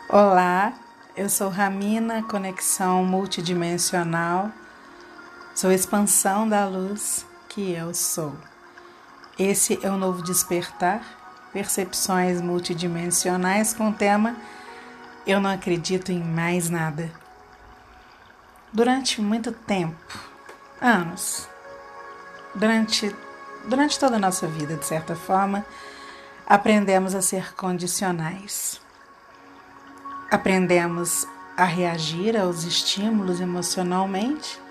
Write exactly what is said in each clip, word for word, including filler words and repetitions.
Olá, eu sou Ramina, conexão multidimensional, sou expansão da luz que eu sou. Esse é o novo despertar, percepções multidimensionais com o tema Eu não acredito em mais nada. Durante muito tempo, anos, durante, durante toda a nossa vida, de certa forma, aprendemos a ser condicionais. Aprendemos a reagir aos estímulos emocionalmente.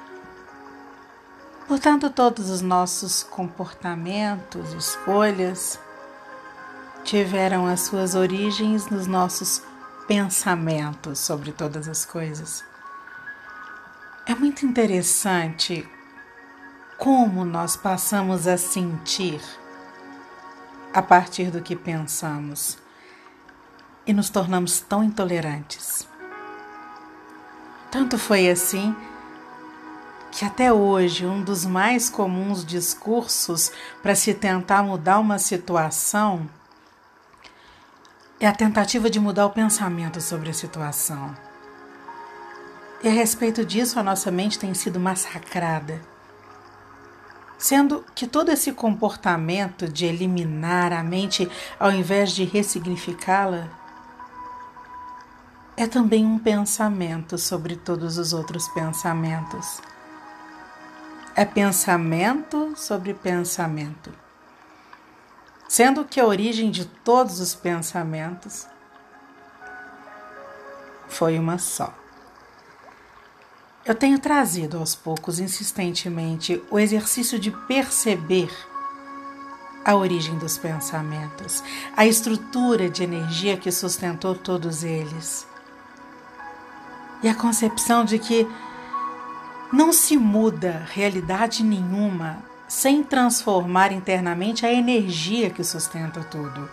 Portanto, todos os nossos comportamentos, escolhas, tiveram as suas origens nos nossos pensamentos sobre todas as coisas. É muito interessante como nós passamos a sentir a partir do que pensamos. E nos tornamos tão intolerantes. Tanto foi assim que até hoje um dos mais comuns discursos para se tentar mudar uma situação é a tentativa de mudar o pensamento sobre a situação. E a respeito disso a nossa mente tem sido massacrada. Sendo que todo esse comportamento de eliminar a mente ao invés de ressignificá-la é também um pensamento sobre todos os outros pensamentos. É pensamento sobre pensamento. Sendo que a origem de todos os pensamentos foi uma só. Eu tenho trazido aos poucos, insistentemente, o exercício de perceber a origem dos pensamentos, a estrutura de energia que sustentou todos eles. E a concepção de que não se muda realidade nenhuma sem transformar internamente a energia que sustenta tudo.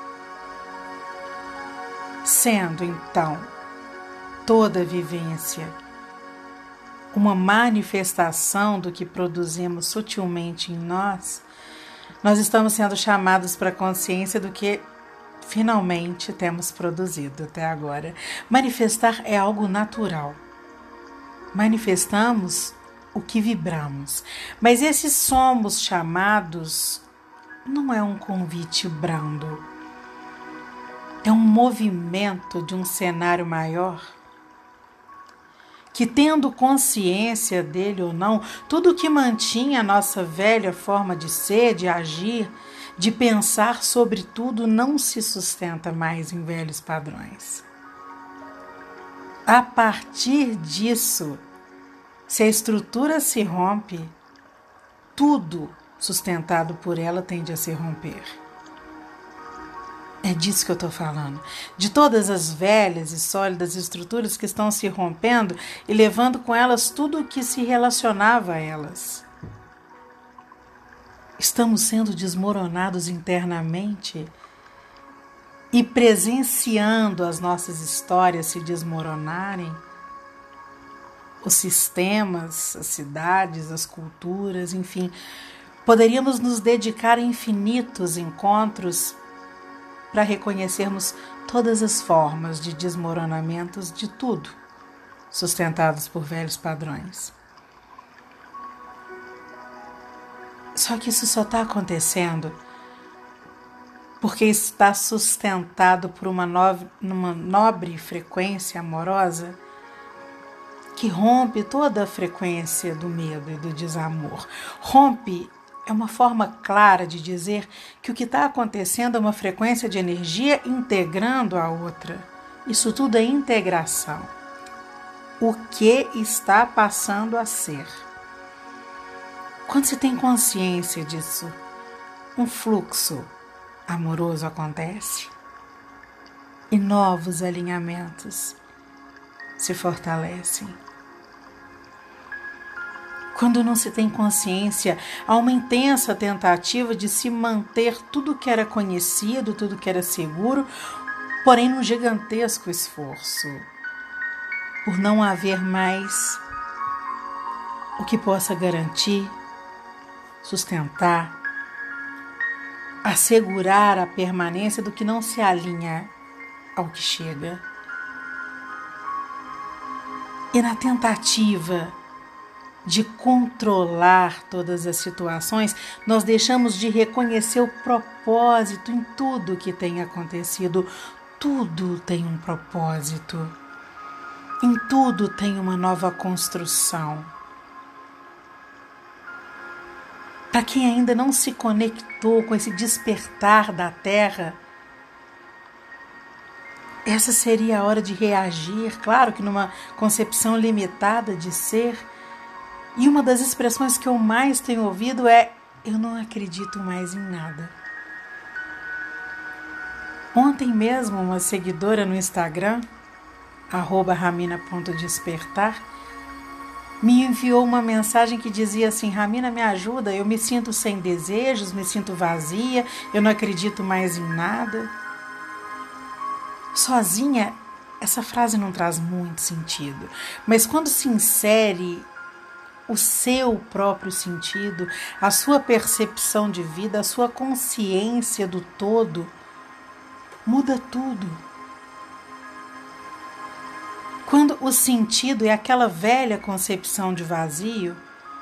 Sendo, então, toda vivência uma manifestação do que produzimos sutilmente em nós, nós estamos sendo chamados para a consciência do que finalmente temos produzido até agora. Manifestar é algo natural. Manifestamos o que vibramos. Mas esse somos chamados não é um convite brando. É um movimento de um cenário maior que, tendo consciência dele ou não, tudo que mantinha a nossa velha forma de ser, de agir, de pensar sobre tudo não se sustenta mais em velhos padrões. A partir disso, se a estrutura se rompe, tudo sustentado por ela tende a se romper. É disso que eu estou falando. De todas as velhas e sólidas estruturas que estão se rompendo e levando com elas tudo o que se relacionava a elas. Estamos sendo desmoronados internamente e presenciando as nossas histórias se desmoronarem, os sistemas, as cidades, as culturas, enfim. Poderíamos nos dedicar a infinitos encontros para reconhecermos todas as formas de desmoronamentos de tudo, sustentados por velhos padrões. Só que isso só está acontecendo porque está sustentado por uma, no, uma nobre frequência amorosa que rompe toda a frequência do medo e do desamor. Rompe é uma forma clara de dizer que o que está acontecendo é uma frequência de energia integrando a outra. Isso tudo é integração. O que está passando a ser. Quando se tem consciência disso, um fluxo amoroso acontece e novos alinhamentos se fortalecem. Quando não se tem consciência, há uma intensa tentativa de se manter tudo que era conhecido, tudo que era seguro, porém num gigantesco esforço, por não haver mais o que possa garantir, sustentar, assegurar a permanência do que não se alinha ao que chega. E na tentativa de controlar todas as situações, nós deixamos de reconhecer o propósito em tudo que tem acontecido. Tudo tem um propósito. Em tudo tem uma nova construção. Para quem ainda não se conectou com esse despertar da Terra, essa seria a hora de reagir, claro que numa concepção limitada de ser. E uma das expressões que eu mais tenho ouvido é: eu não acredito mais em nada. Ontem mesmo, uma seguidora no Instagram, arroba ramina ponto despertar, me enviou uma mensagem que dizia assim: Ramina, me ajuda, eu me sinto sem desejos, me sinto vazia, eu não acredito mais em nada. Sozinha, essa frase não traz muito sentido, mas quando se insere o seu próprio sentido, a sua percepção de vida, a sua consciência do todo, muda tudo. Quando o sentido é aquela velha concepção de vazio,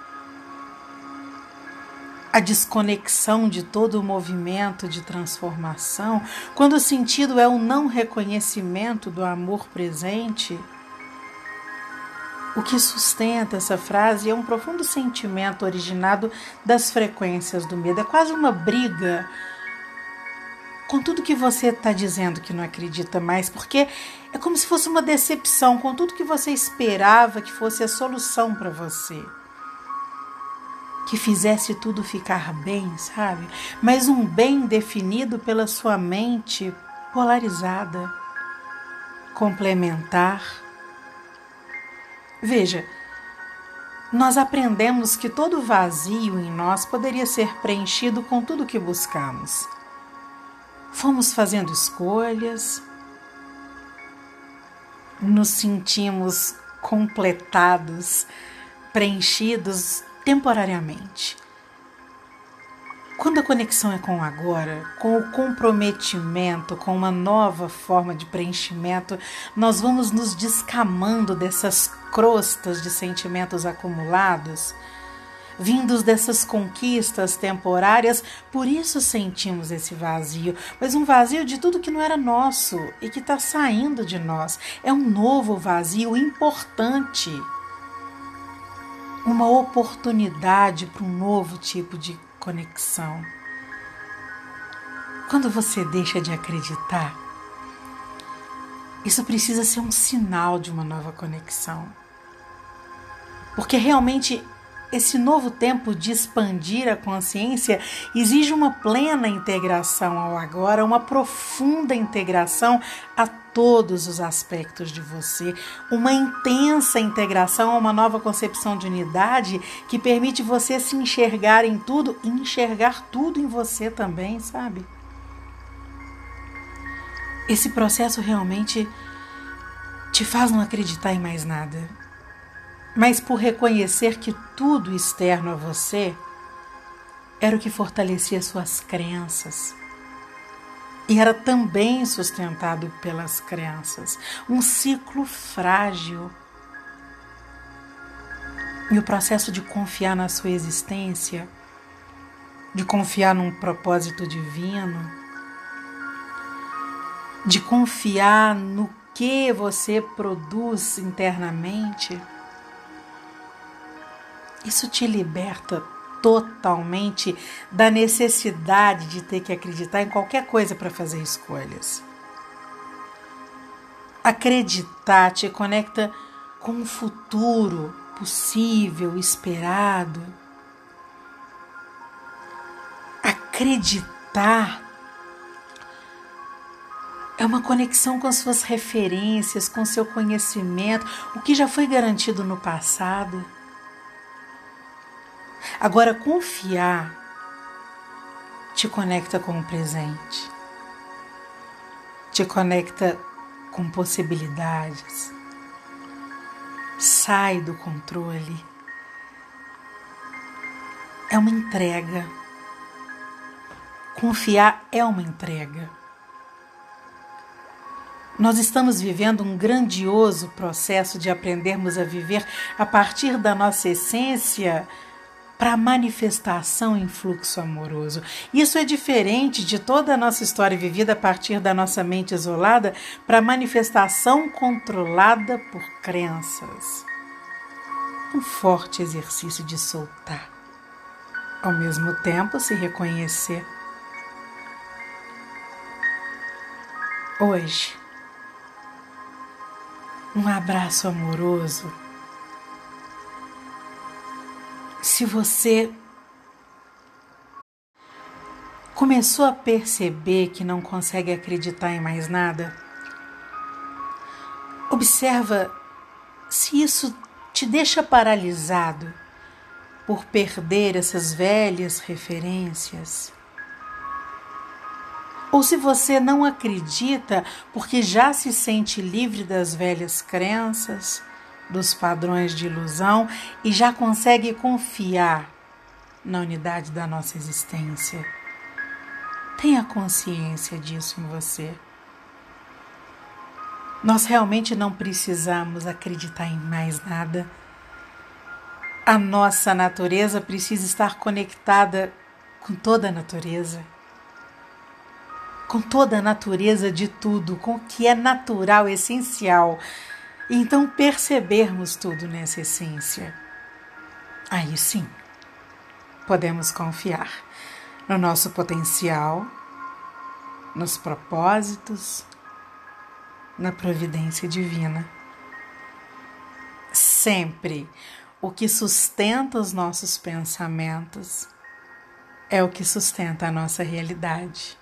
a desconexão de todo o movimento de transformação, quando o sentido é o não reconhecimento do amor presente, o que sustenta essa frase é um profundo sentimento originado das frequências do medo. É quase uma briga com tudo que você está dizendo que não acredita mais, porque é como se fosse uma decepção com tudo que você esperava que fosse a solução para você, que fizesse tudo ficar bem, sabe? Mas um bem definido pela sua mente polarizada, complementar. Veja, nós aprendemos que todo vazio em nós poderia ser preenchido com tudo que buscamos. Fomos fazendo escolhas, nos sentimos completados, preenchidos temporariamente. Quando a conexão é com o agora, com o comprometimento, com uma nova forma de preenchimento, nós vamos nos descamando dessas crostas de sentimentos acumulados, vindos dessas conquistas temporárias. Por isso sentimos esse vazio, mas um vazio de tudo que não era nosso e que está saindo de nós. É um novo vazio importante, uma oportunidade para um novo tipo de conexão. Quando você deixa de acreditar, isso precisa ser um sinal de uma nova conexão. Porque realmente esse novo tempo de expandir a consciência exige uma plena integração ao agora, uma profunda integração a todos os aspectos de você, uma intensa integração a uma nova concepção de unidade que permite você se enxergar em tudo e enxergar tudo em você também, sabe? Esse processo realmente te faz não acreditar em mais nada. Mas por reconhecer que tudo externo a você era o que fortalecia suas crenças. E era também sustentado pelas crenças. Um ciclo frágil. E o processo de confiar na sua existência, de confiar num propósito divino, de confiar no que você produz internamente, isso te liberta totalmente da necessidade de ter que acreditar em qualquer coisa para fazer escolhas. Acreditar te conecta com um futuro possível, esperado. Acreditar é uma conexão com as suas referências, com seu conhecimento, o que já foi garantido no passado. Agora, confiar te conecta com o presente, te conecta com possibilidades, sai do controle. É uma entrega. Confiar é uma entrega. Nós estamos vivendo um grandioso processo de aprendermos a viver a partir da nossa essência para a manifestação em fluxo amoroso. Isso é diferente de toda a nossa história vivida a partir da nossa mente isolada para a manifestação controlada por crenças. Um forte exercício de soltar, ao mesmo tempo se reconhecer. Hoje, um abraço amoroso. Se você começou a perceber que não consegue acreditar em mais nada, observa se isso te deixa paralisado por perder essas velhas referências. Ou se você não acredita porque já se sente livre das velhas crenças, dos padrões de ilusão e já consegue confiar na unidade da nossa existência. Tenha consciência disso em você. Nós realmente não precisamos acreditar em mais nada. A nossa natureza precisa estar conectada com toda a natureza. Com toda a natureza de tudo, com o que é natural, essencial. E então percebermos tudo nessa essência. Aí sim, podemos confiar no nosso potencial, nos propósitos, na providência divina. Sempre o que sustenta os nossos pensamentos é o que sustenta a nossa realidade.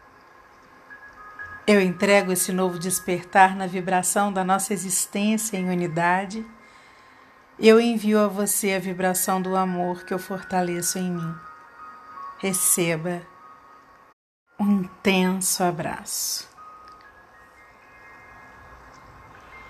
Eu entrego esse novo despertar na vibração da nossa existência em unidade. Eu envio a você a vibração do amor que eu fortaleço em mim. Receba um intenso abraço.